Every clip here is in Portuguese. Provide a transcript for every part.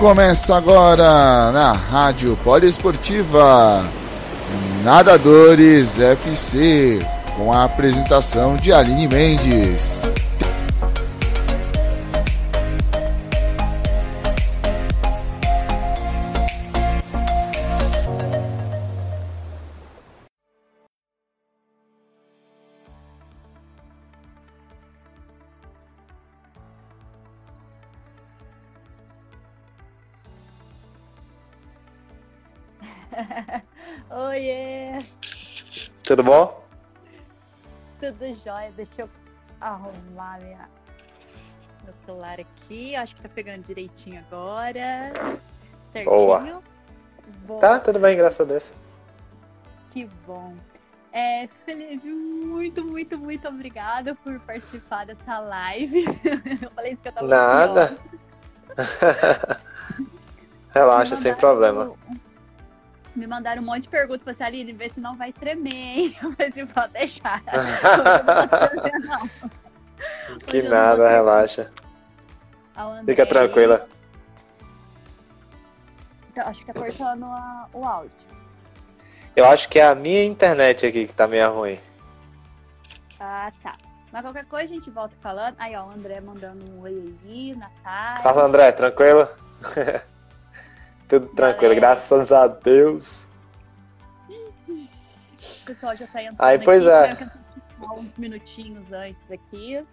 Começa agora na Rádio Poliesportiva Nadadores FC, com a apresentação de Aline Mendes. Oiê! Tudo bom? Tudo jóia. Deixa eu arrumar meu celular aqui. Acho que tá pegando direitinho agora. Certinho? Boa. Bom, Tá, tudo bem, graças a Deus. que bom. Felipe, muito obrigada por participar dessa live. Eu falei isso que eu tava Nada. Relaxa, sem problema. Me mandaram um monte de perguntas pra você, Aline, vê se não vai tremer, hein? Mas se pode deixar. Não. Que nada, relaxa. Fica tranquila. Então, acho que tá cortando o áudio. Eu acho que é a minha internet aqui que tá meio ruim. Ah, tá. Mas qualquer coisa a gente volta falando. Aí, ó, o André mandando um oi aí, Natália. Fala, André, tranquilo? Tudo tranquilo, graças a Deus. O pessoal já tá entrando Aí, pois aqui. é. Tivemos que ficar uns minutinhos antes aqui.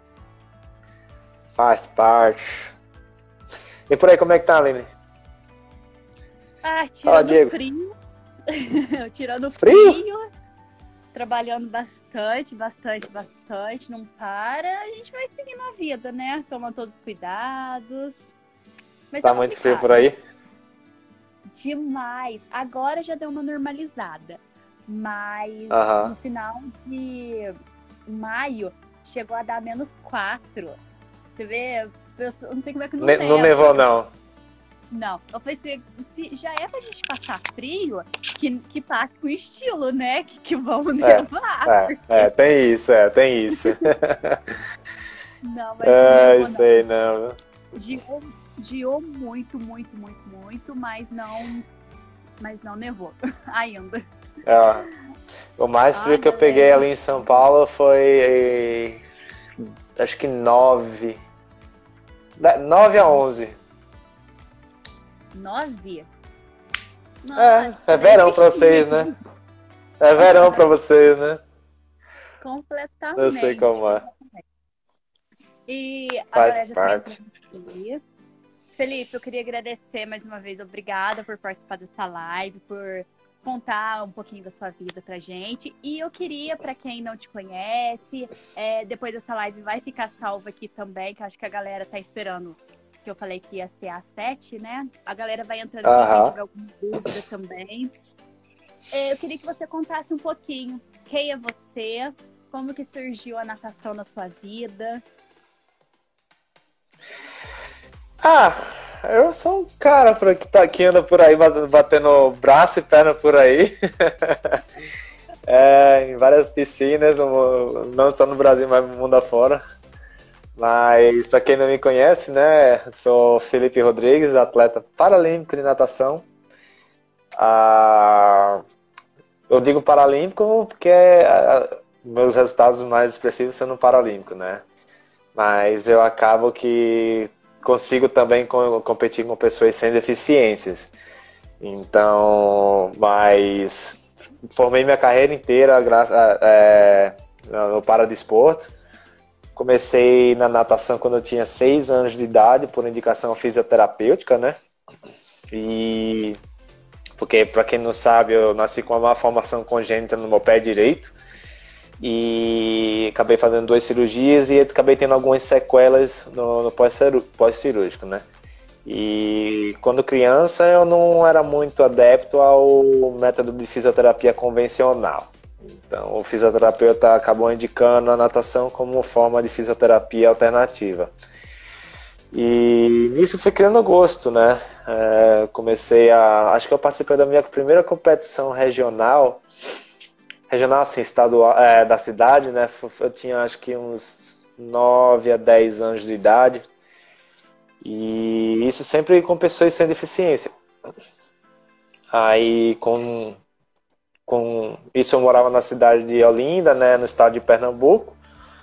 Faz parte. E por aí, como é que tá, Aline? Ah, Fala, tirando Diego. frio. Tirando Frio? frio. Trabalhando bastante. Não para. A gente vai seguindo a vida, né? Tomando todos os cuidados. Mas Tá muito frio por aí? Demais. Agora já deu uma normalizada. Mas no final de maio chegou a dar -4. Você vê? Eu não sei como é que não neva. Não nevou, não. Não. Eu pensei, se já é pra gente passar frio, que passe com estilo, né? Que vamos nevar. Tem isso, tem isso. Não, mas não nevou, isso aí não. Diou muito, mas não nevou ainda. O mais frio que eu peguei ali em São Paulo foi acho que 9 a 11. 9? É verão pra vocês, né? É verão pra vocês, né? Completamente. Eu sei como é. E faz parte. Felipe, eu queria agradecer mais uma vez. Obrigada por participar dessa live, por contar um pouquinho da sua vida pra gente. E eu queria, pra quem não te conhece, depois dessa live vai ficar salva aqui também, que eu acho que a galera tá esperando, que eu falei que ia ser às 7, né? A galera vai entrando aqui, quem tiver alguma dúvida também. Eu queria que você contasse um pouquinho quem é você, como que surgiu a natação na sua vida. Eu sou um cara que anda por aí batendo braço e perna por aí. Em várias piscinas, não só no Brasil, mas no mundo afora. Mas para quem não me conhece, né, sou Felipe Rodrigues, atleta paralímpico de natação. Eu digo paralímpico porque meus resultados mais expressivos são no paralímpico, né? Mas eu acabo que consigo também competir com pessoas sem deficiências. Então, mas formei minha carreira inteira no paradesporto. Comecei na natação quando eu tinha 6 anos de idade, por indicação fisioterapêutica, né? E porque, para quem não sabe, eu nasci com uma malformação congênita no meu pé direito e acabei fazendo 2 cirurgias e acabei tendo algumas sequelas no pós-cirúrgico, né? E quando criança eu não era muito adepto ao método de fisioterapia convencional. Então o fisioterapeuta acabou indicando a natação como forma de fisioterapia alternativa. E nisso fui criando gosto, né? Acho que eu participei da minha primeira competição regional assim, estadual, da cidade, né? Eu tinha acho que uns 9 a 10 anos de idade. E isso sempre com pessoas sem deficiência. Aí, com isso, eu morava na cidade de Olinda, né, no estado de Pernambuco,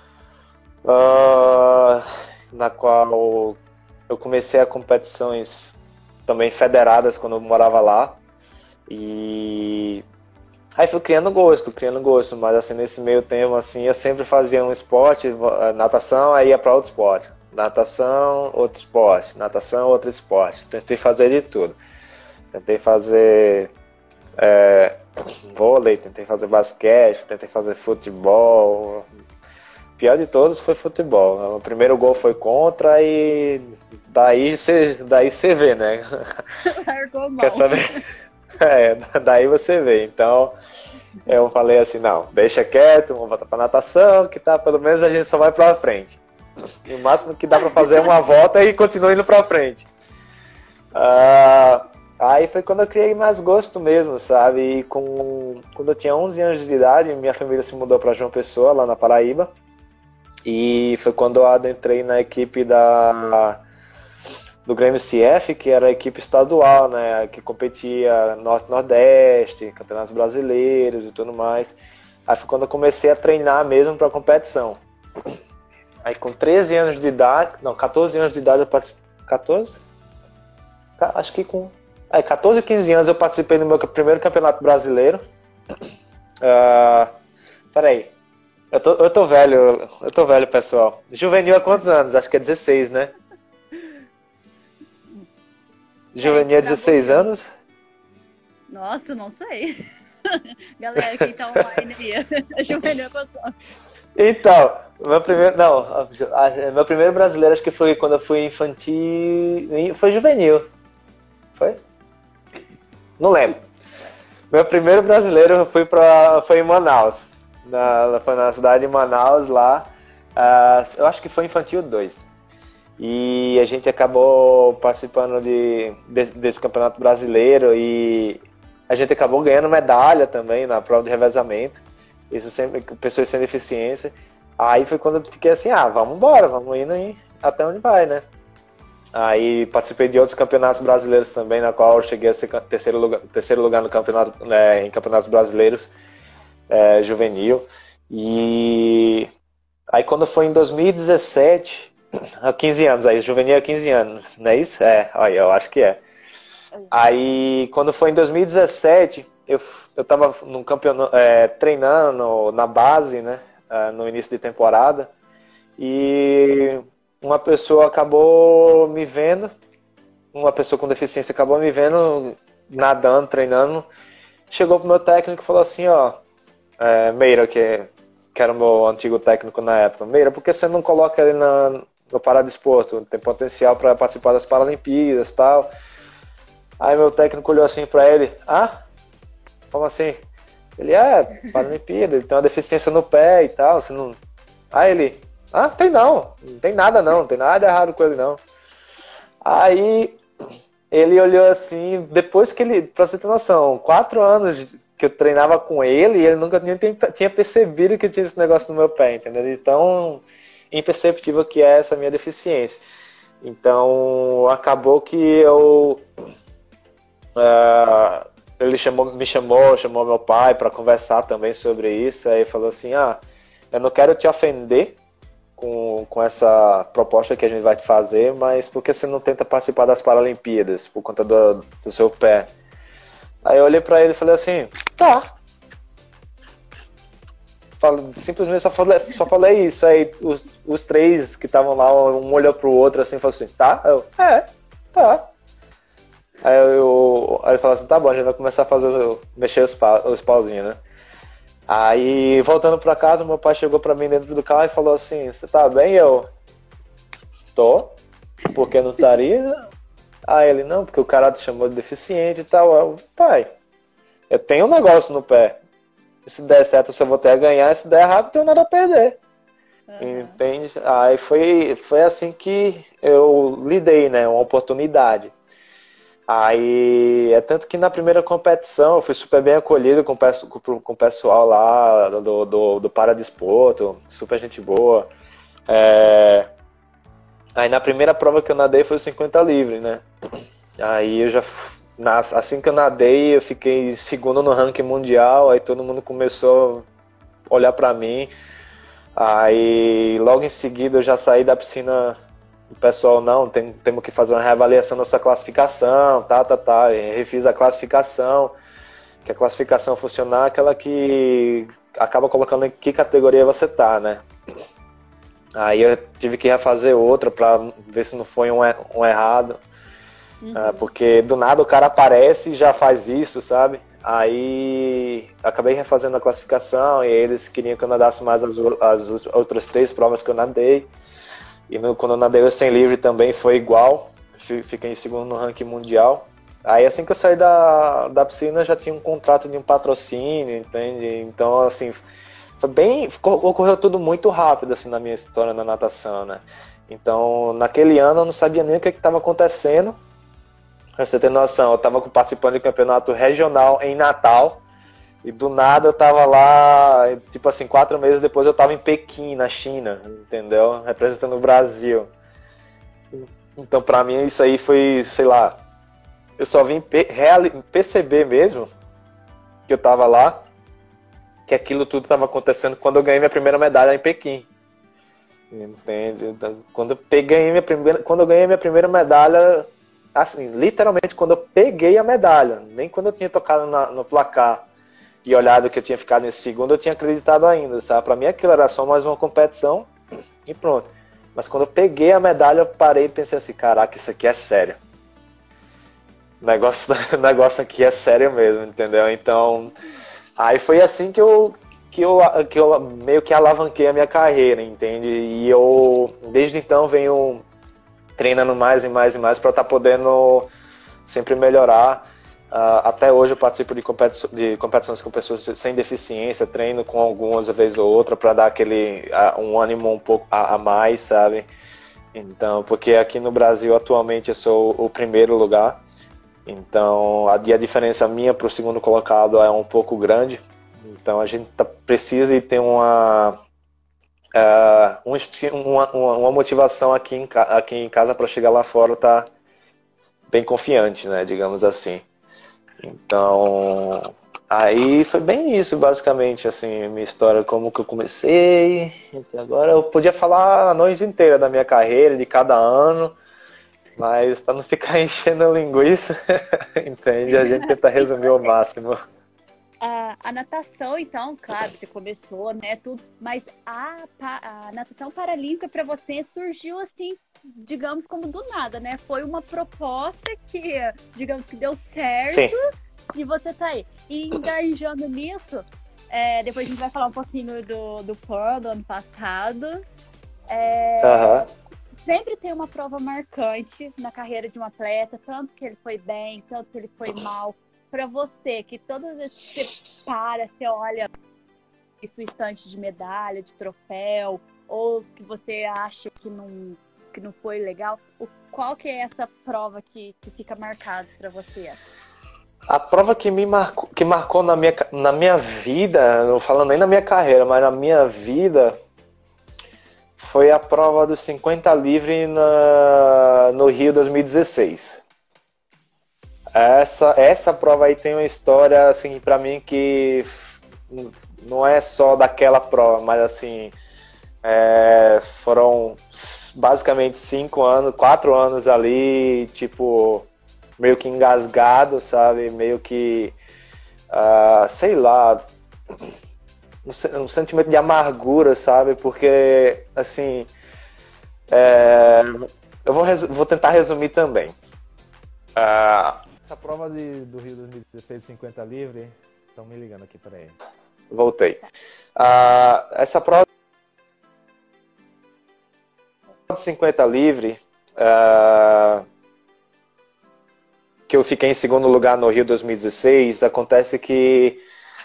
na qual eu comecei a competições também federadas quando eu morava lá. E aí fui criando gosto, mas assim, nesse meio tempo, assim, eu sempre fazia um esporte, natação, aí ia para outro esporte. Natação, outro esporte. Natação, outro esporte. Tentei fazer de tudo. Tentei fazer vôlei, tentei fazer basquete, tentei fazer futebol. O pior de todos foi futebol. O primeiro gol foi contra e daí você vê, né? Largou mão. Quer saber? Daí você vê. Então, eu falei assim, não, deixa quieto, vamos voltar pra natação, que tá, pelo menos a gente só vai pra frente. E o máximo que dá pra fazer é uma volta e continua indo pra frente. Aí foi quando eu criei mais gosto mesmo, sabe? E quando eu tinha 11 anos de idade, minha família se mudou pra João Pessoa, lá na Paraíba. E foi quando eu adentrei na equipe do Grêmio CF, que era a equipe estadual, né, que competia Norte-Nordeste, campeonatos brasileiros e tudo mais. Aí foi quando eu comecei a treinar mesmo para competição. Aí com 13 anos de idade, não, 14 anos de idade eu participei, 14? Acho que com 14 ou 15 anos eu participei do meu primeiro campeonato brasileiro. Peraí, eu tô velho, pessoal. Juvenil há quantos anos? Acho que é 16, né? Juvenil é 16 anos? Nossa, não sei. Galera, quem tá online aí, Juvenil passou. Então, meu primeiro brasileiro acho que foi quando eu fui infantil. Foi juvenil. Foi? Não lembro. Meu primeiro brasileiro foi em Manaus. Foi na cidade de Manaus lá. Eu acho que foi infantil 2. E a gente acabou participando desse campeonato brasileiro e a gente acabou ganhando medalha também na prova de revezamento. Isso sempre com pessoas sem deficiência. Aí foi quando eu fiquei assim, vamos embora, vamos indo aí até onde vai, né? Aí participei de outros campeonatos brasileiros também, na qual eu cheguei a ser terceiro lugar no campeonato, né, em campeonatos brasileiros juvenil. E aí quando foi em 2017... Há 15 anos, aí juvenil há 15 anos, não é isso? Eu acho que é. Aí, quando foi em 2017, eu tava num campeonato, treinando na base, né, no início de temporada, e uma pessoa acabou me vendo, uma pessoa com deficiência acabou me vendo, nadando, treinando, chegou pro meu técnico e falou assim, Meira, que era o meu antigo técnico na época, Meira, por que você não coloca ele no Paradesporto? Tem potencial para participar das Paralimpíadas e tal. Aí meu técnico olhou assim para ele, como assim? Ele, Paralimpíada, ele tem uma deficiência no pé e tal, você não... Aí ele, não tem nada não, não tem nada errado com ele não. Aí ele olhou assim, depois que ele, pra você ter noção, 4 anos que eu treinava com ele e ele nunca tinha percebido que tinha esse negócio no meu pé, entendeu? Então, imperceptível que é essa minha deficiência. Então, acabou que ele me chamou meu pai para conversar também sobre isso, aí falou assim, eu não quero te ofender com essa proposta que a gente vai te fazer, mas por que você não tenta participar das Paralimpíadas por conta do seu pé? Aí eu olhei pra ele e falei assim, tá. Simplesmente só falei isso. Aí os 3 que estavam lá, um olhou pro outro assim e falou assim, tá? Tá. Aí ele falou assim, tá bom, a gente vai começar a mexer os pauzinhos, né? Aí, voltando pra casa, meu pai chegou pra mim dentro do carro e falou assim, você tá bem? Eu, tô, por que não estaria? Aí ele, não, porque o cara te chamou de deficiente e tal. Eu, pai, eu tenho um negócio no pé. Se der certo, eu só vou ter a ganhar, se der errado, não tenho nada a perder. Entende? Aí foi assim que eu lidei, né, uma oportunidade. Aí, tanto que na primeira competição eu fui super bem acolhido com o pessoal lá do Paradesporto, super gente boa. Aí na primeira prova que eu nadei foi o 50 livre, né? Aí eu já, assim que eu nadei, eu fiquei segundo no ranking mundial, aí todo mundo começou a olhar pra mim. Aí logo em seguida eu já saí da piscina, o pessoal, não, temos que fazer uma reavaliação da sua classificação, tá. Eu refiz a classificação, que a classificação funcionar é aquela que acaba colocando em que categoria você tá, né? Aí eu tive que refazer outra pra ver se não foi um errado. Porque do nada o cara aparece e já faz isso, sabe? Aí acabei refazendo a classificação e eles queriam que eu nadasse mais as outras 3 provas que eu nadei. E quando eu nadei o 100 livre também foi igual. Fiquei em segundo no ranking mundial. Aí assim que eu saí da piscina já tinha um contrato de um patrocínio, entende? Então assim, ocorreu tudo muito rápido assim na minha história na natação, né? Então naquele ano eu não sabia nem o que estava acontecendo. Pra você ter noção, eu estava participando de campeonato regional em Natal e do nada eu estava lá, tipo assim, 4 meses depois eu estava em Pequim, na China, entendeu? Representando o Brasil. Então pra mim isso aí foi, sei lá, eu só vim perceber mesmo que eu estava lá, que aquilo tudo estava acontecendo quando eu ganhei minha primeira medalha em Pequim. Entende? Então, quando eu ganhei minha primeira medalha, assim, literalmente quando eu peguei a medalha, nem quando eu tinha tocado no placar e olhado que eu tinha ficado em segundo, eu tinha acreditado ainda, sabe? Pra mim aquilo era só mais uma competição e pronto. Mas quando eu peguei a medalha, eu parei e pensei assim, caraca, isso aqui é sério. O negócio aqui é sério mesmo, entendeu? Então, aí foi assim que eu meio que alavanquei a minha carreira, entende? E eu, desde então, venho treinando mais e mais para estar podendo sempre melhorar. Até hoje eu participo de competições com pessoas sem deficiência, treino com algumas vez ou outra para dar um ânimo um pouco a mais, sabe? Então, porque aqui no Brasil atualmente eu sou o primeiro lugar, então a diferença minha para o segundo colocado é um pouco grande, então a gente precisa de ter uma motivação aqui em casa para chegar lá fora, tá bem confiante, né, digamos assim. Então, aí foi bem isso, basicamente, assim, minha história, como que eu comecei. Agora eu podia falar a noite inteira da minha carreira, de cada ano, mas para não ficar enchendo linguiça, entende? A gente tenta resumir ao máximo. A natação, então, claro, você começou, né, tudo, mas a natação paralímpica para você surgiu assim, digamos, como do nada, né? Foi uma proposta que, digamos, que deu certo. Sim. E você tá aí. E engajando nisso, depois a gente vai falar um pouquinho do PAN, do ano passado. Sempre tem uma prova marcante na carreira de um atleta, tanto que ele foi bem, tanto que ele foi mal. Para você, que todas as vezes que você olha sua estante de medalha, de troféu, ou que você acha que não foi legal, qual que é essa prova que fica marcada para você? A prova que marcou na minha vida, não falando nem na minha carreira, mas na minha vida, foi a prova dos 50 livre no Rio 2016. Essa prova aí tem uma história, assim, pra mim que não é só daquela prova, mas assim, foram basicamente 4 anos ali, tipo, meio que engasgado, sabe? Meio que, sei lá, um sentimento de amargura, sabe? Porque, assim, eu vou tentar resumir também. Essa prova do Rio 2016 50 livre, estão me ligando aqui, peraí. Voltei. Essa prova de 50 livre, que eu fiquei em segundo lugar no Rio 2016, acontece que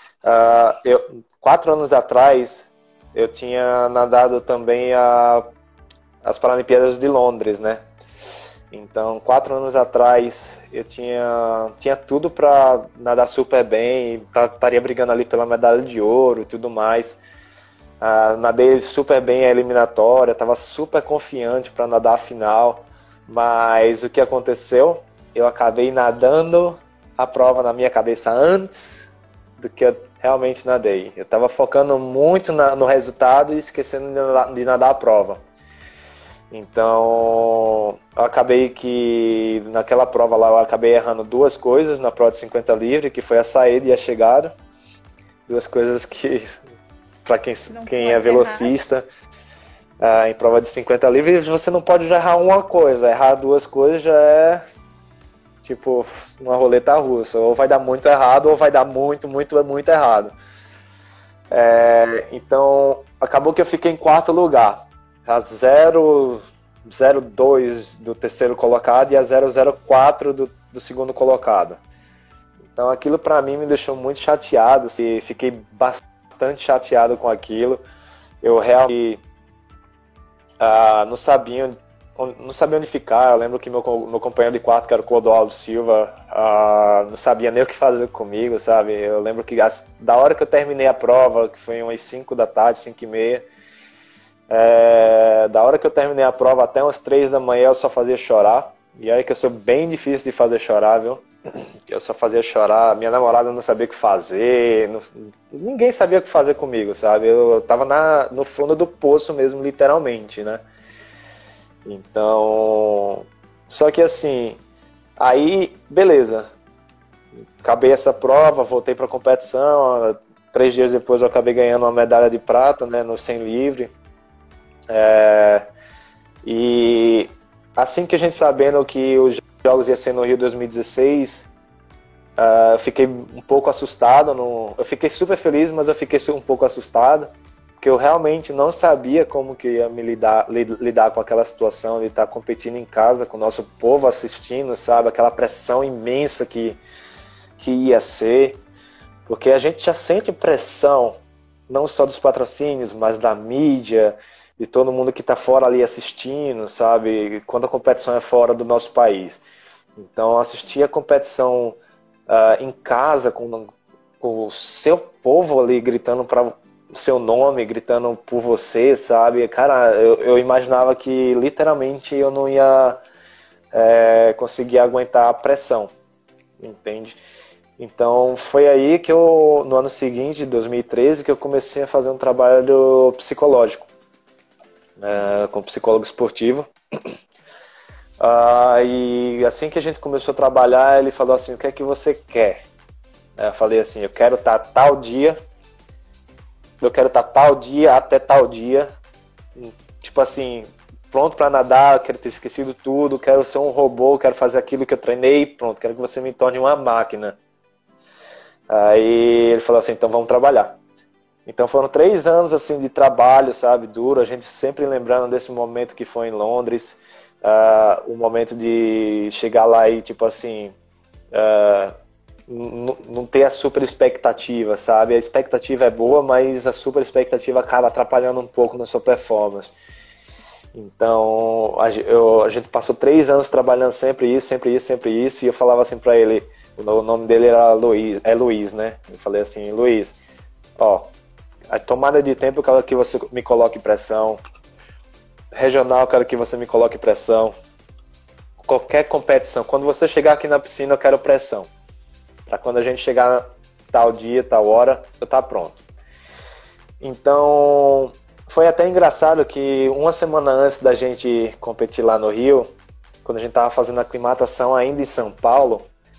4 anos atrás eu tinha nadado também as Paralimpíadas de Londres, né? Então, 4 anos atrás, eu tinha tudo para nadar super bem, estaria brigando ali pela medalha de ouro e tudo mais. Nadei super bem a eliminatória, estava super confiante para nadar a final, mas o que aconteceu? Eu acabei nadando a prova na minha cabeça antes do que eu realmente nadei. Eu estava focando muito no resultado e esquecendo de nadar a prova. Então, eu acabei que naquela prova lá eu acabei errando duas coisas na prova de 50 livre, que foi a saída e a chegada. Duas coisas que, para quem é velocista, em prova de 50 livre, você não pode errar uma coisa. Errar duas coisas já é tipo uma roleta russa. Ou vai dar muito errado, ou vai dar muito, muito, muito errado. Então, acabou que eu fiquei em quarto lugar. A 0,02 do terceiro colocado e a 0,04 do segundo colocado. Então aquilo para mim me deixou muito chateado, e fiquei bastante chateado com aquilo. Eu realmente não sabia onde ficar. Eu lembro que meu companheiro de quarto, que era o Clodoaldo Silva, não sabia nem o que fazer comigo, sabe? Eu lembro que da hora que eu terminei a prova, que foi umas 5 da tarde, 5h30, da hora que eu terminei a prova até umas 3 da manhã eu só fazia chorar. E aí que eu sou bem difícil de fazer chorar, viu? Eu só fazia chorar. Minha namorada não sabia o que fazer, ninguém sabia o que fazer comigo, sabe? Eu tava no fundo do poço mesmo, literalmente, né? Então, só que assim, aí beleza, acabei essa prova, voltei pra competição. 3 dias depois eu acabei ganhando uma medalha de prata, né, no 100 livre. E assim que a gente sabendo que os jogos iam ser no Rio 2016, eu fiquei um pouco assustado. Eu fiquei super feliz, mas eu fiquei um pouco assustado, porque eu realmente não sabia como que ia me lidar com aquela situação de estar competindo em casa, com o nosso povo assistindo, sabe? Aquela pressão imensa que ia ser, porque a gente já sente pressão, não só dos patrocínios, mas da mídia, de todo mundo que está fora ali assistindo, sabe? Quando a competição é fora do nosso país. Então, assistir a competição em casa, com o seu povo ali gritando para o seu nome, gritando por você, sabe? Cara, eu imaginava que literalmente eu não ia conseguir aguentar a pressão, entende? Então, foi aí que no ano seguinte, 2013, que eu comecei a fazer um trabalho psicológico. Com psicólogo esportivo. E assim que a gente começou a trabalhar, ele falou assim: o que é que você quer? Eu falei assim: eu quero estar tal dia até tal dia, tipo assim, pronto para nadar, quero ter esquecido tudo, quero ser um robô, quero fazer aquilo que eu treinei, pronto, quero que você me torne uma máquina. Aí ele falou assim: então vamos trabalhar. Então foram 3 anos assim de trabalho, sabe, duro, a gente sempre lembrando desse momento que foi em Londres, o momento de chegar lá e tipo assim, não ter a super expectativa, sabe? A expectativa é boa, mas a super expectativa acaba atrapalhando um pouco na sua performance. Então a gente passou 3 anos trabalhando sempre isso, e eu falava assim pra ele, o nome dele era Luiz, né? Eu falei assim: Luiz, a tomada de tempo eu quero que você me coloque pressão. Regional eu quero que você me coloque pressão. Qualquer competição, quando você chegar aqui na piscina eu quero pressão. Pra quando a gente chegar tal dia, tal hora, eu tá pronto. Então, foi até engraçado que uma semana antes da gente competir lá no Rio, quando a gente tava fazendo a aclimatação ainda em São Paulo,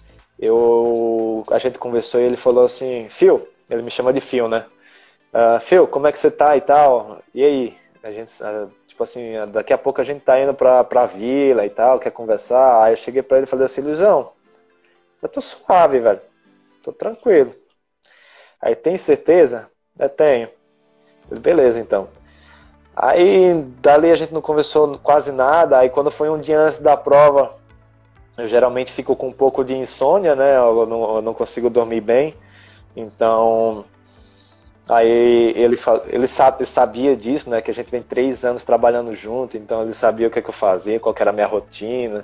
a gente conversou e ele falou assim: Phil, ele me chama de Phil, né? Phil, como é que você tá e tal? E aí? A gente, tipo assim, daqui a pouco a gente tá indo pra vila e tal, quer conversar. Aí eu cheguei pra ele e falei assim: Luizão, eu tô suave, velho. Tô tranquilo. Aí, tem certeza? Tenho. Falei, beleza, então. Aí, dali a gente não conversou quase nada. Aí, quando foi um dia antes da prova, eu geralmente fico com um pouco de insônia, né? Eu não consigo dormir bem. Então, aí ele sabia disso, né? Que a gente vem 3 anos trabalhando junto. Então, ele sabia o que eu fazia, qual que era a minha rotina.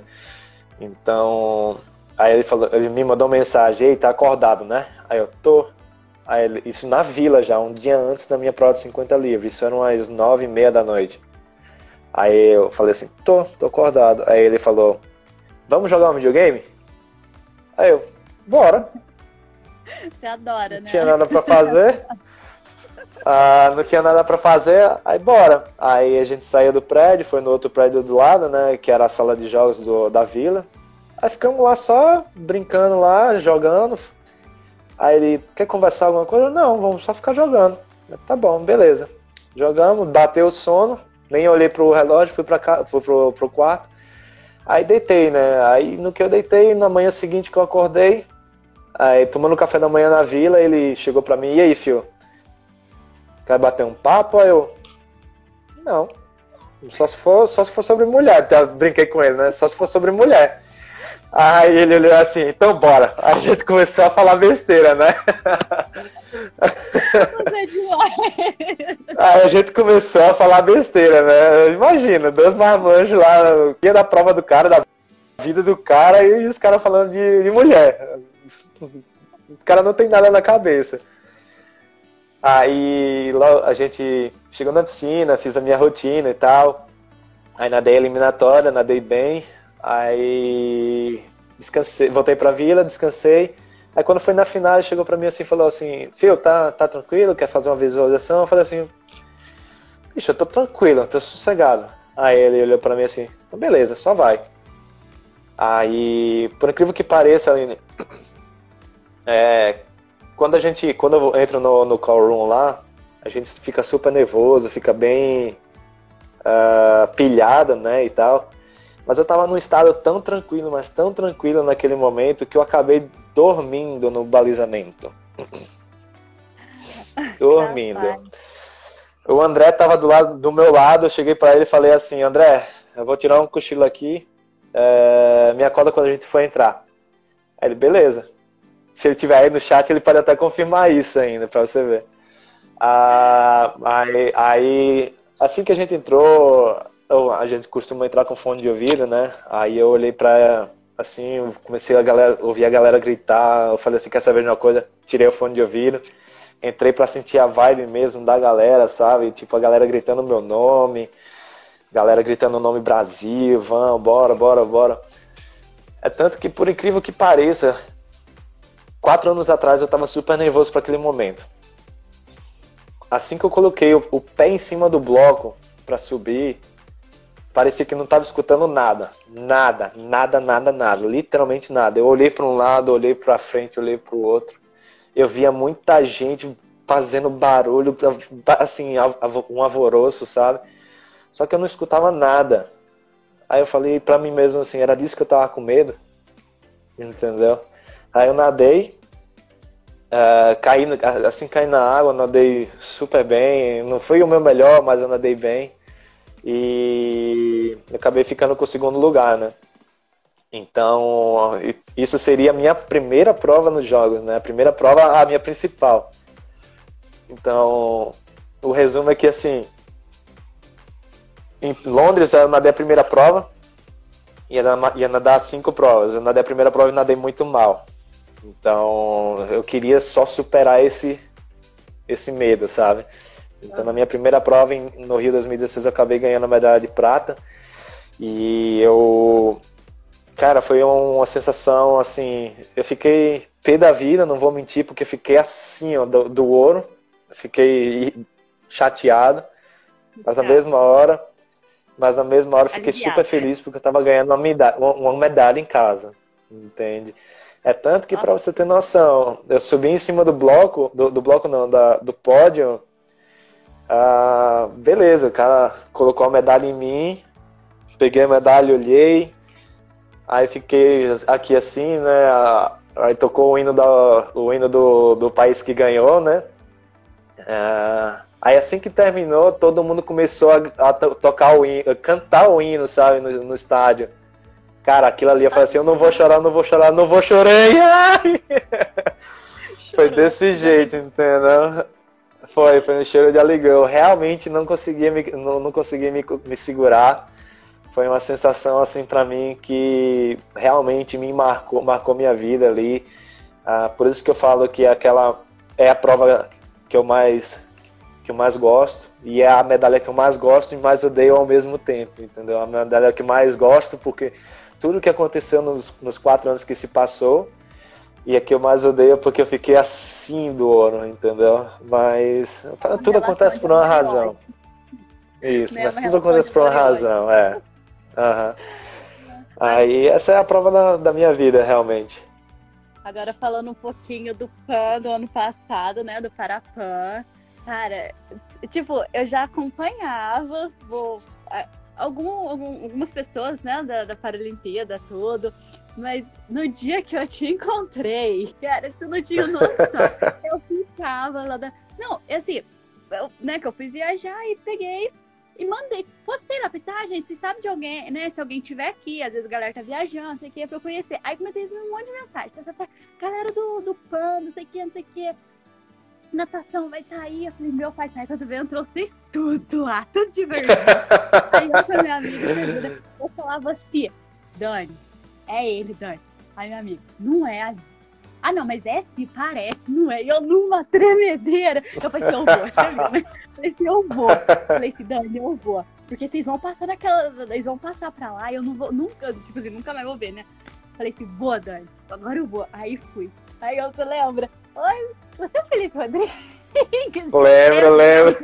Então, aí ele me mandou uma mensagem: ei, tá acordado, né? Aí eu tô. Isso na Vila já, um dia antes da minha prova de 50 livres. Isso eram umas 9h30 da noite. Aí eu falei assim, tô acordado. Aí ele falou, vamos jogar um videogame? Aí eu, bora. Você adora, né? Não tinha nada pra fazer. Não tinha nada pra fazer, aí bora. Aí a gente saiu do prédio, foi no outro prédio do lado, né, que era a sala de jogos da Vila. Aí ficamos lá só, brincando lá, jogando. Aí ele, quer conversar alguma coisa? Não, vamos só ficar jogando. Tá bom, beleza. Jogamos, bateu o sono, nem olhei pro relógio, fui pro quarto. Aí deitei, né, aí no que eu deitei, na manhã seguinte que eu acordei, aí tomando café da manhã na Vila, ele chegou pra mim, e aí, fio? Quer bater um papo? Aí eu, não, só se for sobre mulher, eu brinquei com ele, né, só se for sobre mulher. Aí ele olhou assim, então bora. Aí a gente começou a falar besteira, né? Aí a gente começou a falar besteira, né? Imagina, 2 marmanjos lá, no dia da prova do cara, da vida do cara, e os caras falando de mulher. O cara não tem nada na cabeça. Aí a gente chegou na piscina, fiz a minha rotina e tal. Aí nadei a eliminatória, nadei bem. Aí descansei, voltei pra Vila, descansei. Aí quando foi na final, ele chegou pra mim assim e falou assim, Fio, tá tranquilo? Quer fazer uma visualização? Eu falei assim, bicho, eu tô tranquilo, eu tô sossegado. Aí ele olhou pra mim assim, então beleza, só vai. Aí, por incrível que pareça, Aline, quando eu entro no call room lá, a gente fica super nervoso, fica bem pilhado, né, e tal. Mas eu tava num estado tão tranquilo, mas tão tranquilo naquele momento, que eu acabei dormindo no balizamento. Dormindo. O André tava do meu lado, eu cheguei pra ele e falei assim, André, eu vou tirar um cochilo aqui, me acorda quando a gente for entrar. Aí ele, beleza. Se ele tiver aí no chat, ele pode até confirmar isso ainda, pra você ver. Aí assim que a gente entrou, a gente costuma entrar com fone de ouvido, né? Aí eu olhei pra, assim, eu comecei ouvir a galera gritar, eu falei assim, quer saber de uma coisa? Tirei o fone de ouvido, entrei pra sentir a vibe mesmo da galera, sabe? Tipo, a galera gritando o meu nome, galera gritando o nome Brasil, vamos, bora. É tanto que, por incrível que pareça, 4 anos atrás eu tava super nervoso pra aquele momento. Assim que eu coloquei o pé em cima do bloco pra subir, parecia que não estava escutando nada, literalmente nada. Eu olhei para um lado, olhei para frente, olhei para o outro. Eu via muita gente fazendo barulho, assim, um alvoroço, sabe? Só que eu não escutava nada. Aí eu falei para mim mesmo assim, era disso que eu tava com medo, entendeu? Aí eu nadei, caí na água, nadei super bem. Não foi o meu melhor, mas eu nadei bem. E acabei ficando com o 2º lugar, né? Então, isso seria a minha primeira prova nos jogos, né? A primeira prova, a minha principal. Então, o resumo é que, assim, em Londres eu nadei a primeira prova, ia nadar 5 provas. Eu nadei a primeira prova e nadei muito mal. Então, eu queria só superar esse medo, sabe? Então, na minha primeira prova no Rio 2016, eu acabei ganhando a medalha de prata. E cara, foi uma sensação, assim, eu fiquei pé da vida, não vou mentir, porque fiquei assim, ó, do ouro. Fiquei chateado, mas na mesma hora fiquei super feliz, porque eu tava ganhando uma medalha em casa, entende? É tanto que, pra você ter noção, eu subi em cima do bloco, do pódio. Beleza, o cara colocou a medalha em mim, peguei a medalha, olhei, aí fiquei aqui assim, né? Aí tocou o hino do país que ganhou, né? Aí assim que terminou, todo mundo começou a tocar o hino, cantar o hino, sabe, no estádio. Cara, aquilo ali, eu falei assim, eu não vou chorar, chorei! Foi desse jeito, entendeu? Foi um cheiro de alegria. Eu realmente não conseguia me segurar. Foi uma sensação assim para mim que realmente me marcou minha vida ali. Por isso que eu falo que aquela é a prova que eu mais gosto, e é a medalha que eu mais gosto e mais odeio ao mesmo tempo, entendeu? A medalha que eu mais gosto porque tudo que aconteceu nos 4 anos que se passou, e a que eu mais odeio porque eu fiquei assim do ouro, entendeu? Mas tudo acontece por uma razão. Isso, mas tudo acontece por uma razão, Uhum. Aí essa é a prova da minha vida, realmente. Agora falando um pouquinho do PAN do ano passado, né, do Parapan. Cara, tipo, eu já acompanhava algumas pessoas, né, da Paralimpíada, tudo. Mas no dia que eu te encontrei, cara, tu não tinha noção. Eu ficava lá Não, assim, né, que eu fui viajar e peguei e mandei, postei lá, pensei, gente, se sabe de alguém, né, se alguém tiver aqui, às vezes a galera tá viajando, não sei o que, pra eu conhecer. Aí comecei a receber um monte de mensagem, galera do PAN, não sei o que, natação vai sair. Eu falei, meu pai, sai, quando vem, eu trouxe tudo lá, tudo de verdade. Aí eu com a minha amiga, eu falava assim, Dani, é ele, Dani. Aí minha amiga, não é ali. Ah, não, mas é sim, parece, não é. E eu numa tremedeira. Eu falei assim, eu vou. Eu falei assim, Dani, eu vou. Porque vocês vão passar eles vão passar pra lá e eu não vou, nunca, tipo assim, nunca mais vou ver, né? Falei assim, vou, Dani, agora eu vou. Aí fui. Aí você lembra? Oi, você é o Felipe Rodrigues? Lembro.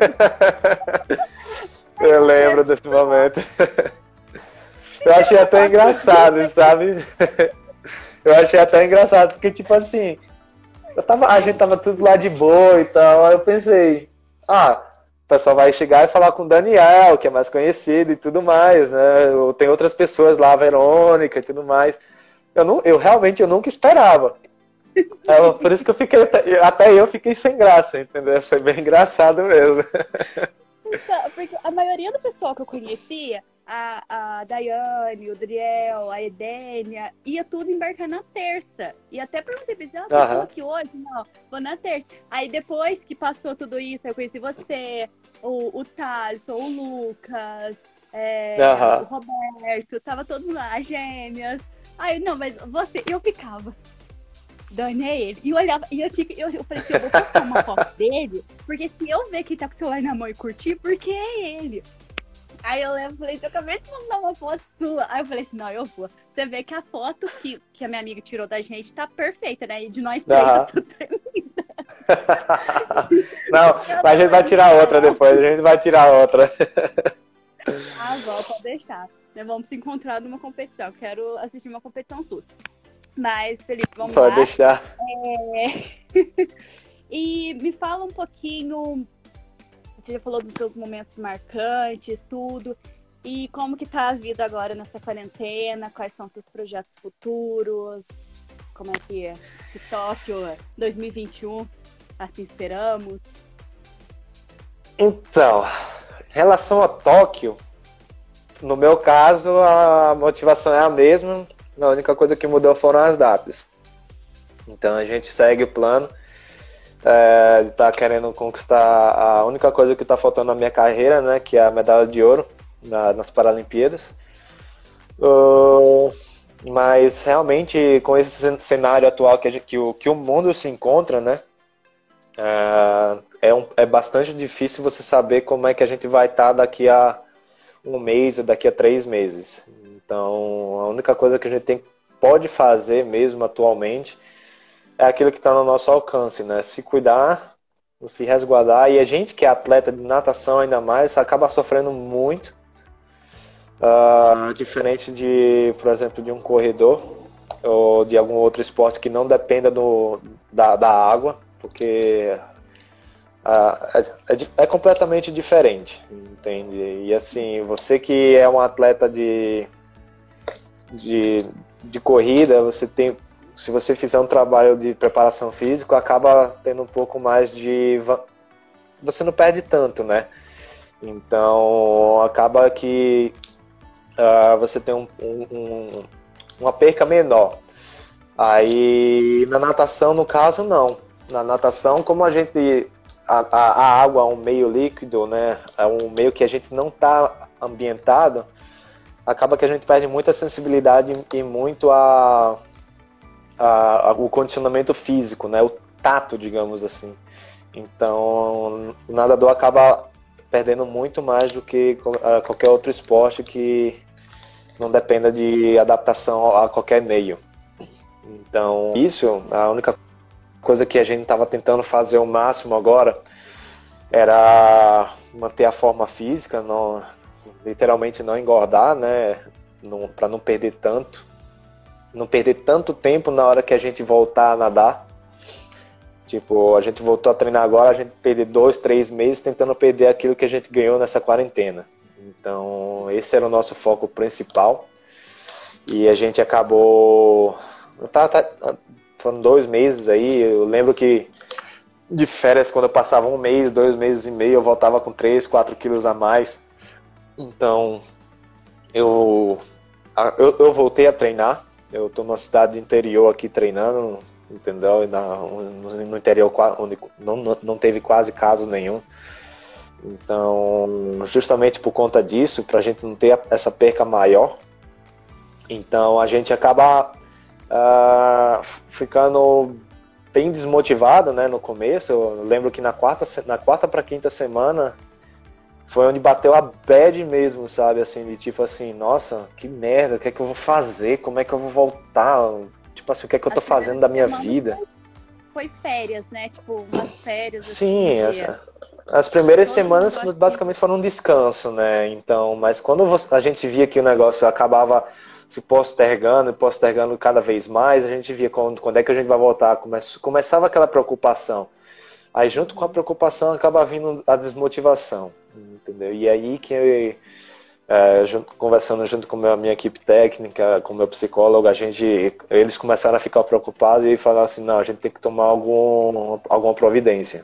Eu lembro desse momento. Eu achei até engraçado, sabe? Eu achei até engraçado, porque, tipo assim, a gente tava tudo lá de boa e tal, aí eu pensei, o pessoal vai chegar e falar com o Daniel, que é mais conhecido e tudo mais, né? Tem outras pessoas lá, a Verônica e tudo mais. Eu realmente nunca esperava. Por isso que até eu fiquei sem graça, entendeu? Foi bem engraçado mesmo. Então, porque a maioria do pessoal que eu conhecia, a Daiane, o Driel, a Edênia, ia tudo embarcar na terça. E até perguntei pra eles, você estou aqui hoje? Não, vou na terça. Aí depois que passou tudo isso, eu conheci você, o Thaleson, o Lucas, o Roberto, tava todos lá, as gêmeas. Aí, não, mas você, eu ficava, Dani, é ele. E eu olhava, e eu falei assim, eu vou postar uma foto dele, porque se eu ver que ele tá com o celular na mão e curtir, porque é ele. Aí eu lembro, falei, eu acabei de mandar uma foto sua. Aí eu falei assim, não, eu vou. Você vê que a foto que a minha amiga tirou da gente tá perfeita, né? E de nós três tá tudo tremida. Não, mas a gente vai tirar outra depois, Bom, pode deixar. Nós vamos se encontrar numa competição. Quero assistir uma competição sua. Mas, Felipe, vamos lá. Pode deixar. E me fala um pouquinho, você já falou dos seus momentos marcantes, tudo, e como que tá a vida agora nessa quarentena, quais são os seus projetos futuros, como é que é esse Tóquio 2021, assim esperamos? Então, em relação a Tóquio, no meu caso, a motivação é a mesma, a única coisa que mudou foram as datas. Então a gente segue o plano, tá querendo conquistar a única coisa que está faltando na minha carreira, né, que é a medalha de ouro nas Paralimpíadas. Mas realmente com esse cenário atual que o mundo se encontra, né, é bastante difícil você saber como é que a gente vai estar daqui a um mês ou daqui a 3 meses. Então a única coisa que a gente pode fazer mesmo atualmente é aquilo que está no nosso alcance, né? Se cuidar, se resguardar. E a gente que é atleta de natação ainda mais, acaba sofrendo muito. Diferente de, por exemplo, de um corredor ou de algum outro esporte que não dependa da água, porque é completamente diferente, entende? E assim, você que é um atleta de corrida, se você fizer um trabalho de preparação física, acaba tendo um pouco mais você não perde tanto, né? Então, acaba que você tem uma perca menor. Aí, na natação, no caso, não. Na natação, como a água é um meio líquido, né? É um meio que a gente não está ambientado, acaba que a gente perde muita sensibilidade e muito o condicionamento físico, né? tato, digamos assim. Então, o nadador acaba perdendo muito mais do que qualquer outro esporte que não dependa de adaptação a qualquer meio. Então, isso, a única coisa que a gente estava tentando fazer o máximo agora era manter a forma física, literalmente não engordar, né, para não perder tanto tempo na hora que a gente voltar a nadar. Tipo, a gente voltou a treinar agora, a gente perdeu 2, 3 meses tentando perder aquilo que a gente ganhou nessa quarentena. Então, esse era o nosso foco principal. E a gente acabou... Foram 2 meses aí. Eu lembro que de férias, quando eu passava 1 mês, 2 meses e meio, eu voltava com 3, 4 quilos a mais. Então, eu voltei a treinar. Eu estou numa cidade interior aqui treinando, entendeu? No interior onde não teve quase caso nenhum. Então, justamente por conta disso, para a gente não ter essa perca maior, então a gente acaba ficando bem desmotivado, né, no começo. Eu lembro que na quarta para quinta semana foi onde bateu a bad mesmo, sabe, assim, de tipo assim, nossa, que merda, o que é que eu vou fazer, como é que eu vou voltar, tipo assim, o que é que eu tô fazendo da minha vida. Foi férias, né, tipo, umas férias. Sim, as primeiras semanas basicamente foram um descanso, né, então, mas quando a gente via que o negócio acabava se postergando cada vez mais, a gente via quando é que a gente vai voltar, começava aquela preocupação. Aí junto com a preocupação acaba vindo a desmotivação, entendeu? E aí que conversando junto com a minha equipe técnica, com o meu psicólogo, eles começaram a ficar preocupados e falaram assim, não, a gente tem que tomar alguma providência.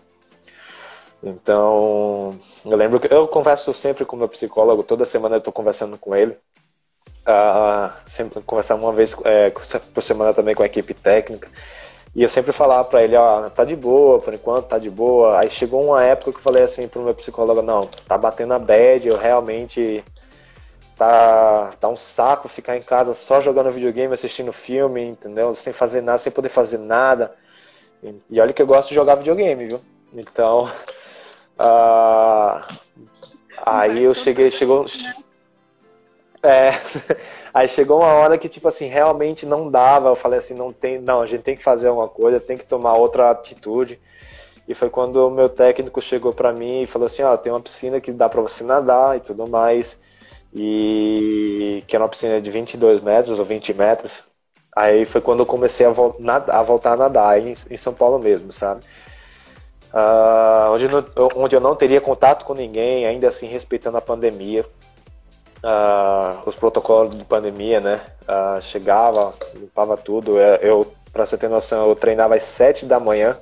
Então, eu lembro que eu converso sempre com o meu psicólogo, toda semana eu estou conversando com ele, sempre conversar uma vez por semana também com a equipe técnica. E eu sempre falava pra ele, ó, tá de boa, por enquanto tá de boa. Aí chegou uma época que eu falei assim pro meu psicólogo, não, tá batendo a bad, eu realmente tá um saco ficar em casa só jogando videogame, assistindo filme, entendeu? Sem fazer nada, sem poder fazer nada. E olha que eu gosto de jogar videogame, viu? Então, aí eu chegou... Aí chegou uma hora que, tipo assim, realmente não dava. Eu falei assim, não, a gente tem que fazer alguma coisa, tem que tomar outra atitude. E foi quando o meu técnico chegou pra mim e falou assim, ó, tem uma piscina que dá pra você nadar e tudo mais. E que era uma piscina de 22 metros ou 20 metros. Aí foi quando eu comecei a voltar a nadar, em São Paulo mesmo, sabe? Onde eu não teria contato com ninguém, ainda assim respeitando a pandemia. Os protocolos de pandemia, né? Chegava, limpava tudo. Pra você ter noção, eu treinava às 7 da manhã.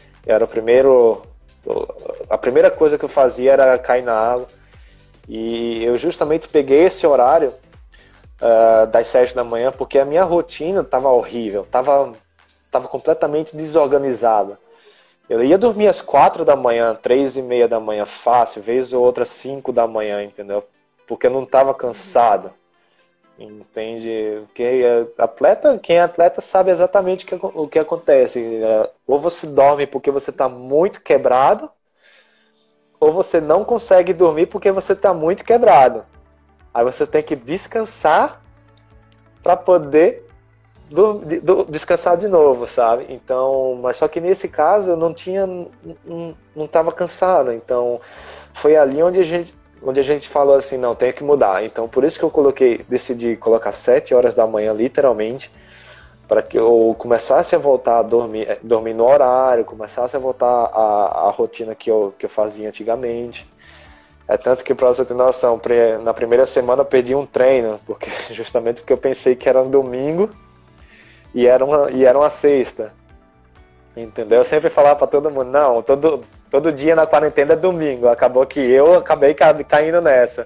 A primeira coisa que eu fazia era cair na água. E eu justamente peguei esse horário das 7 da manhã porque a minha rotina estava horrível, estava completamente desorganizada. Eu ia dormir às 4 da manhã, 3:30 da manhã fácil, vez ou outra 5 da manhã, entendeu? Porque eu não estava cansado, entende? Quem é atleta sabe exatamente o que acontece. Ou você dorme porque você está muito quebrado, ou você não consegue dormir porque você está muito quebrado. Aí você tem que descansar para poder descansar de novo, sabe? Então, mas só que nesse caso eu não estava cansado. Então foi ali onde a gente falou assim, não, tem que mudar. Então por isso que eu decidi colocar 7 horas da manhã, literalmente, para que eu começasse a voltar a dormir no horário, começasse a voltar a rotina que eu fazia antigamente. Tanto que, para você ter noção, na primeira semana eu perdi um treino, justamente porque eu pensei que era um domingo e era uma sexta. Entendeu? Eu sempre falava para todo mundo, não, todo dia na quarentena é domingo. Acabou que eu acabei caindo nessa.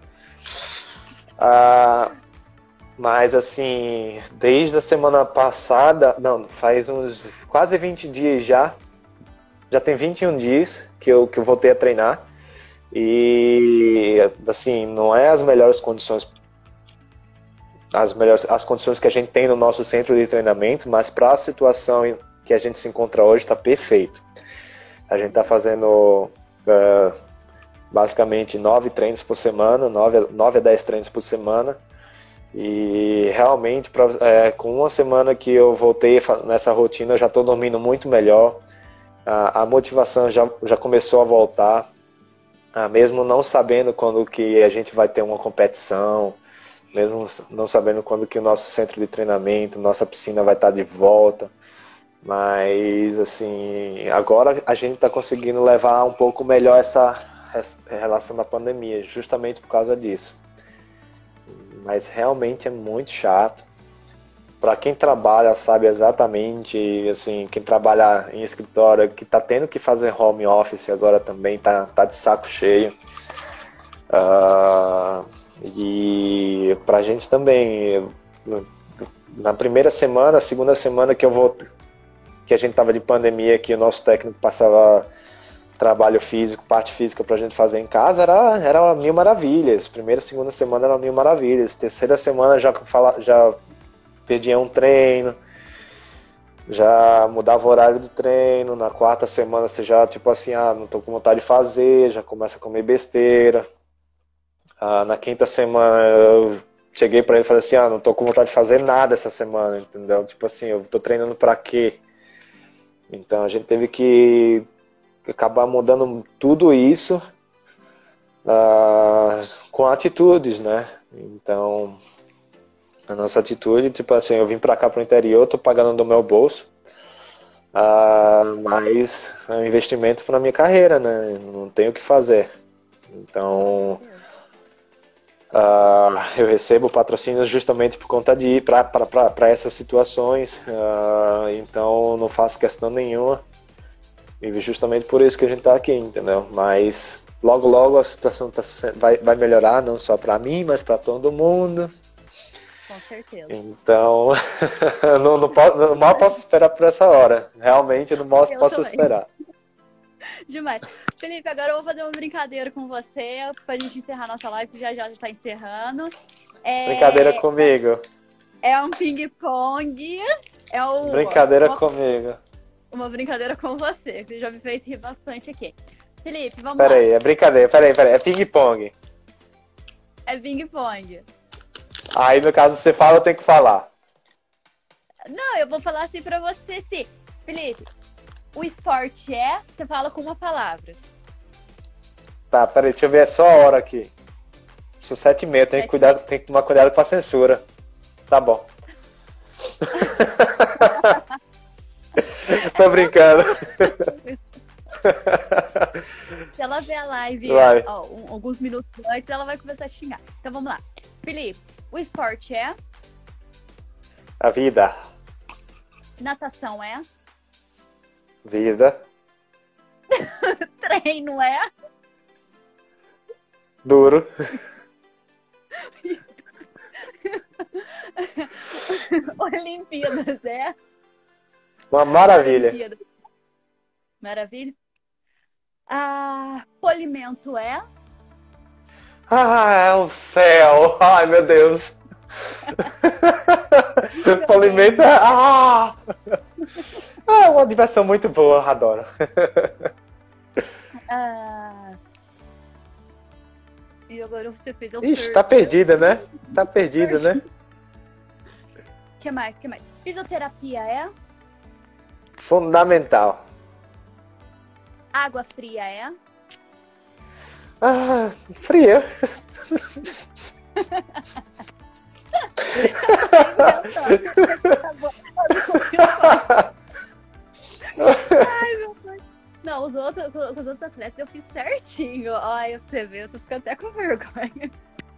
Mas assim, desde a semana passada, não, faz uns quase 20 dias já tem 21 dias que eu voltei a treinar. E assim, não é as melhores condições, as condições que a gente tem no nosso centro de treinamento, mas para a situação que a gente se encontra hoje está perfeito. A gente está fazendo basicamente 9 treinos por semana, 9 a 10 treinos por semana. E realmente, com uma semana que eu voltei nessa rotina, eu já estou dormindo muito melhor. A motivação já começou a voltar, mesmo não sabendo quando que a gente vai ter uma competição, mesmo não sabendo quando que o nosso centro de treinamento, nossa piscina vai estar de volta. Mas, assim, agora a gente está conseguindo levar um pouco melhor essa relação da pandemia, justamente por causa disso. Mas realmente é muito chato. Para quem trabalha, sabe exatamente, assim, quem trabalha em escritório, que está tendo que fazer home office agora também, tá de saco cheio. E pra gente também, na primeira semana, segunda semana que a gente tava de pandemia, que o nosso técnico passava trabalho físico, parte física pra gente fazer em casa, era mil maravilhas. Primeira, segunda semana era mil maravilhas. Terceira semana já perdia um treino, já mudava o horário do treino. Na quarta semana você já, tipo assim, não tô com vontade de fazer, já começa a comer besteira. Na quinta semana eu cheguei pra ele e falei assim, não tô com vontade de fazer nada essa semana, entendeu? Tipo assim, eu tô treinando pra quê? Então a gente teve que acabar mudando tudo isso com atitudes, né? Então a nossa atitude, tipo assim, eu vim pra cá pro interior, tô pagando do meu bolso, mas é um investimento pra minha carreira, né? Não tenho o que fazer. Então eu recebo patrocínios justamente por conta de ir para essas situações, então não faço questão nenhuma, e justamente por isso que a gente está aqui, entendeu? Mas logo a situação vai melhorar, não só para mim, mas para todo mundo. Com certeza. Então, mal posso esperar por essa hora. Realmente, não posso esperar. Demais. Felipe, agora eu vou fazer uma brincadeira com você pra gente encerrar nossa live, que já está encerrando. Brincadeira comigo. É um ping-pong. Brincadeira comigo. Uma brincadeira com você, que já me fez rir bastante aqui. Felipe, vamos lá. Peraí, é brincadeira, peraí. É ping-pong. É ping-pong. Aí, no caso, você fala, eu tenho que falar. Não, eu vou falar assim pra você, sim. Felipe, o esporte você fala com uma palavra. Tá, peraí, deixa eu ver, é só a hora aqui. São 7h30, tem que tomar cuidado com a censura. Tá bom. Tô brincando. Se ela ver a live alguns minutos antes, ela vai começar a xingar. Então vamos lá. Felipe, o esporte a vida. Natação vida. Treino duro. Olimpíadas uma maravilha. Olimpíadas. Maravilha. Polimento é o céu. Ai, meu Deus. Polimento é uma diversão muito boa, adoro. E agora você fez Ixi, tá perdida, né? Tá perdida, né? Que mais? Fisioterapia fundamental. Água fria fria. Ai, meu Deus. Não, com os outros atletas eu fiz certinho. Olha, você vê, eu tô ficando até com vergonha.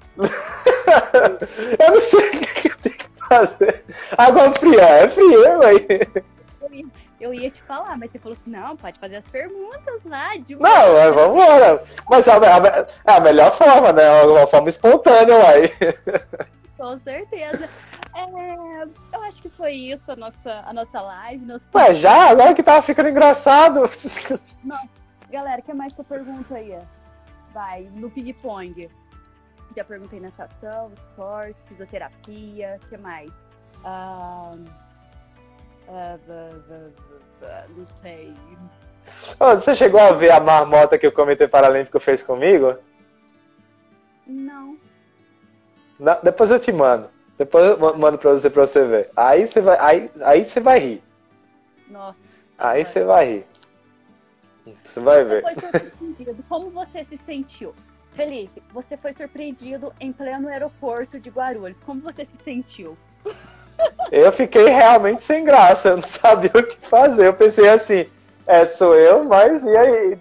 Eu não sei o que eu tenho que fazer. Água fria, é fria, ué. Eu ia te falar, mas você falou assim, não, pode fazer as perguntas lá. Não, vamos embora. Mas é a melhor forma, né? Uma forma espontânea, uai. Com certeza. Eu acho que foi isso a nossa live. Ué, já? Agora que tava ficando engraçado. Não. Galera, o que mais que eu pergunto aí? Vai, no ping-pong. Já perguntei natação, esporte, fisioterapia, o que mais? Não sei. Ô, você chegou a ver a marmota que o Comitê Paralímpico fez comigo? Não. Não, depois eu te mando. Depois eu mando pra você ver. Aí você vai rir. Nossa. Aí você vai rir. Você vai ver. Você foi surpreendido. Como você se sentiu? Felipe, você foi surpreendido em pleno aeroporto de Guarulhos. Como você se sentiu? Eu fiquei realmente sem graça. Eu não sabia o que fazer. Eu pensei assim, sou eu, mas e aí?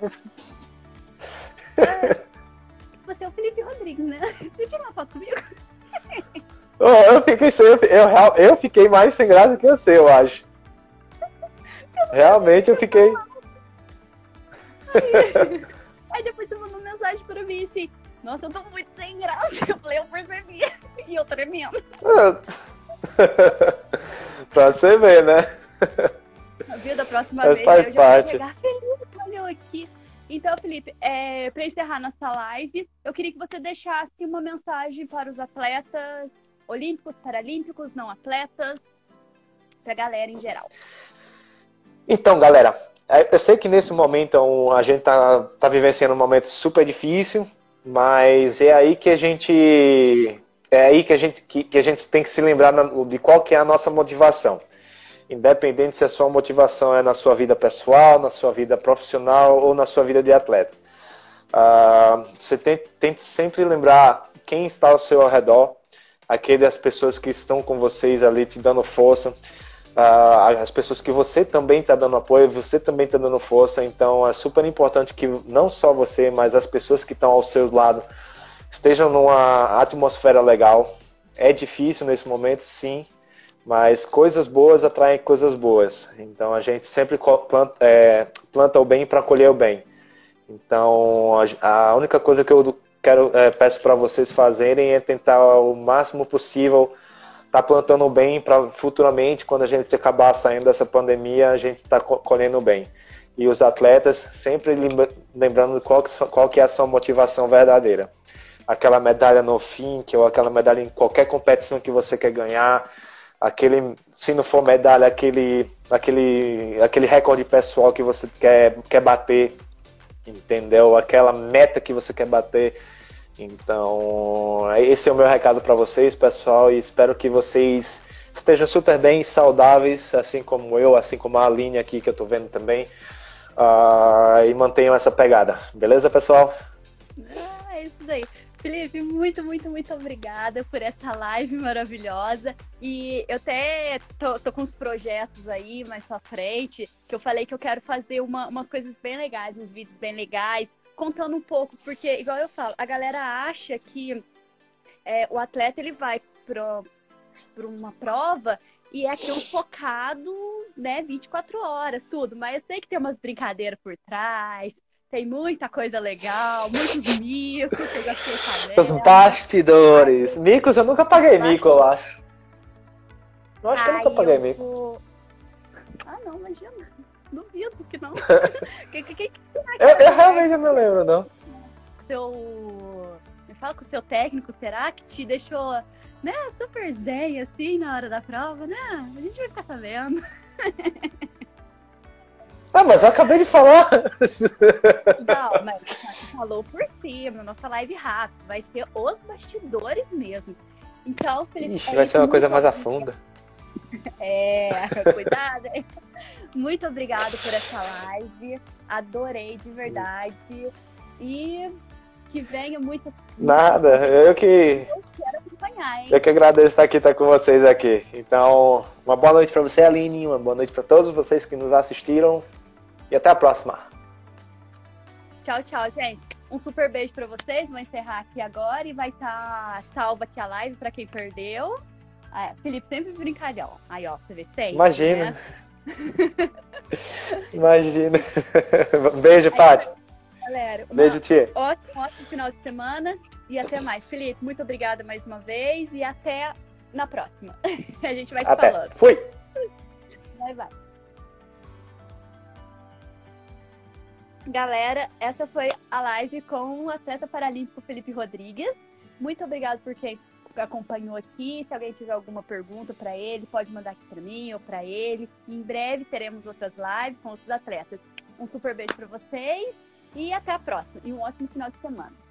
Você é o Felipe Rodrigues, né? Você tira uma foto comigo? Eu fiquei mais sem graça que você, eu acho. Realmente eu fiquei. Aí depois você mandou mensagem pra mim assim, nossa, eu tô muito sem graça. Eu falei, eu percebi. E eu tremendo. Pra você ver, né? A vida da próxima Mas vez faz eu já vou parte. chegar feliz, olha eu aqui. Então, Felipe, pra encerrar nossa live, eu queria que você deixasse uma mensagem para os atletas olímpicos, paralímpicos, não atletas, pra galera em geral. Então, galera, eu sei que nesse momento a gente tá vivenciando um momento super difícil, mas é aí que a gente tem que se lembrar de qual que é a nossa motivação. Independente se a sua motivação é na sua vida pessoal, na sua vida profissional ou na sua vida de atleta. Você tente sempre lembrar quem está ao seu redor, aquelas pessoas que estão com vocês ali te dando força, as pessoas que você também está dando apoio, você também está dando força. Então é super importante que não só você, mas as pessoas que estão ao seu lado estejam numa atmosfera legal. É difícil nesse momento, sim, mas coisas boas atraem coisas boas. Então a gente sempre planta o bem para colher o bem. Então a única coisa que eu peço para vocês fazerem é tentar o máximo possível estar plantando o bem para futuramente, quando a gente acabar saindo dessa pandemia, a gente está colhendo o bem. E os atletas sempre lembrando qual que é a sua motivação verdadeira. Aquela medalha no fim, ou aquela medalha em qualquer competição que você quer ganhar, se não for medalha, aquele recorde pessoal que você quer bater, entendeu? Aquela meta que você quer bater. Então, esse é o meu recado para vocês, pessoal, e espero que vocês estejam super bem, saudáveis, assim como eu, assim como a Aline aqui, que eu tô vendo também, e mantenham essa pegada. Beleza, pessoal? É isso daí. Felipe, muito, muito, muito obrigada por essa live maravilhosa. E eu até tô com uns projetos aí mais pra frente, que eu falei que eu quero fazer umas coisas bem legais, uns vídeos bem legais, contando um pouco, porque, igual eu falo, a galera acha que o atleta ele vai pra uma prova e é aquilo focado, né, 24 horas, tudo. Mas eu sei que tem umas brincadeiras por trás, tem muita coisa legal, muitos micos, eu já fiquei sabendo. Os bastidores. Micos, eu nunca paguei mico, eu acho. Eu acho que eu nunca paguei mico. Ah, não, imagina. Duvido que não. Eu realmente não lembro, não. Me fala com o seu técnico, será que te deixou, né, super zen, assim, na hora da prova, né? A gente vai ficar sabendo. Mas eu acabei de falar. Não, mas falou por cima, nossa live rápida. Vai ser os bastidores mesmo. Então, Felipe... Ixi, vai ser uma coisa mais a fundo. Cuidado. Muito obrigado por essa live. Adorei, de verdade. E que venha muitas... Nada, eu quero acompanhar, hein? Eu que agradeço estar com vocês aqui. Então, uma boa noite para você, Aline. Uma boa noite para todos vocês que nos assistiram. E até a próxima. Tchau, tchau, gente. Um super beijo para vocês. Vou encerrar aqui agora e vai estar salva aqui a live para quem perdeu. Felipe, sempre brincalhão. Aí, ó, você vê, tem. Imagina. Né? Imagina. Beijo, Paty. Galera, beijo, tia. Ótimo final de semana e até mais. Felipe, muito obrigada mais uma vez e até na próxima. A gente vai se falando. Fui. Vai. Galera, essa foi a live com o atleta paralímpico Felipe Rodrigues. Muito obrigado por quem acompanhou aqui. Se alguém tiver alguma pergunta para ele, pode mandar aqui para mim ou para ele. Em breve teremos outras lives com outros atletas. Um super beijo para vocês e até a próxima. E um ótimo final de semana.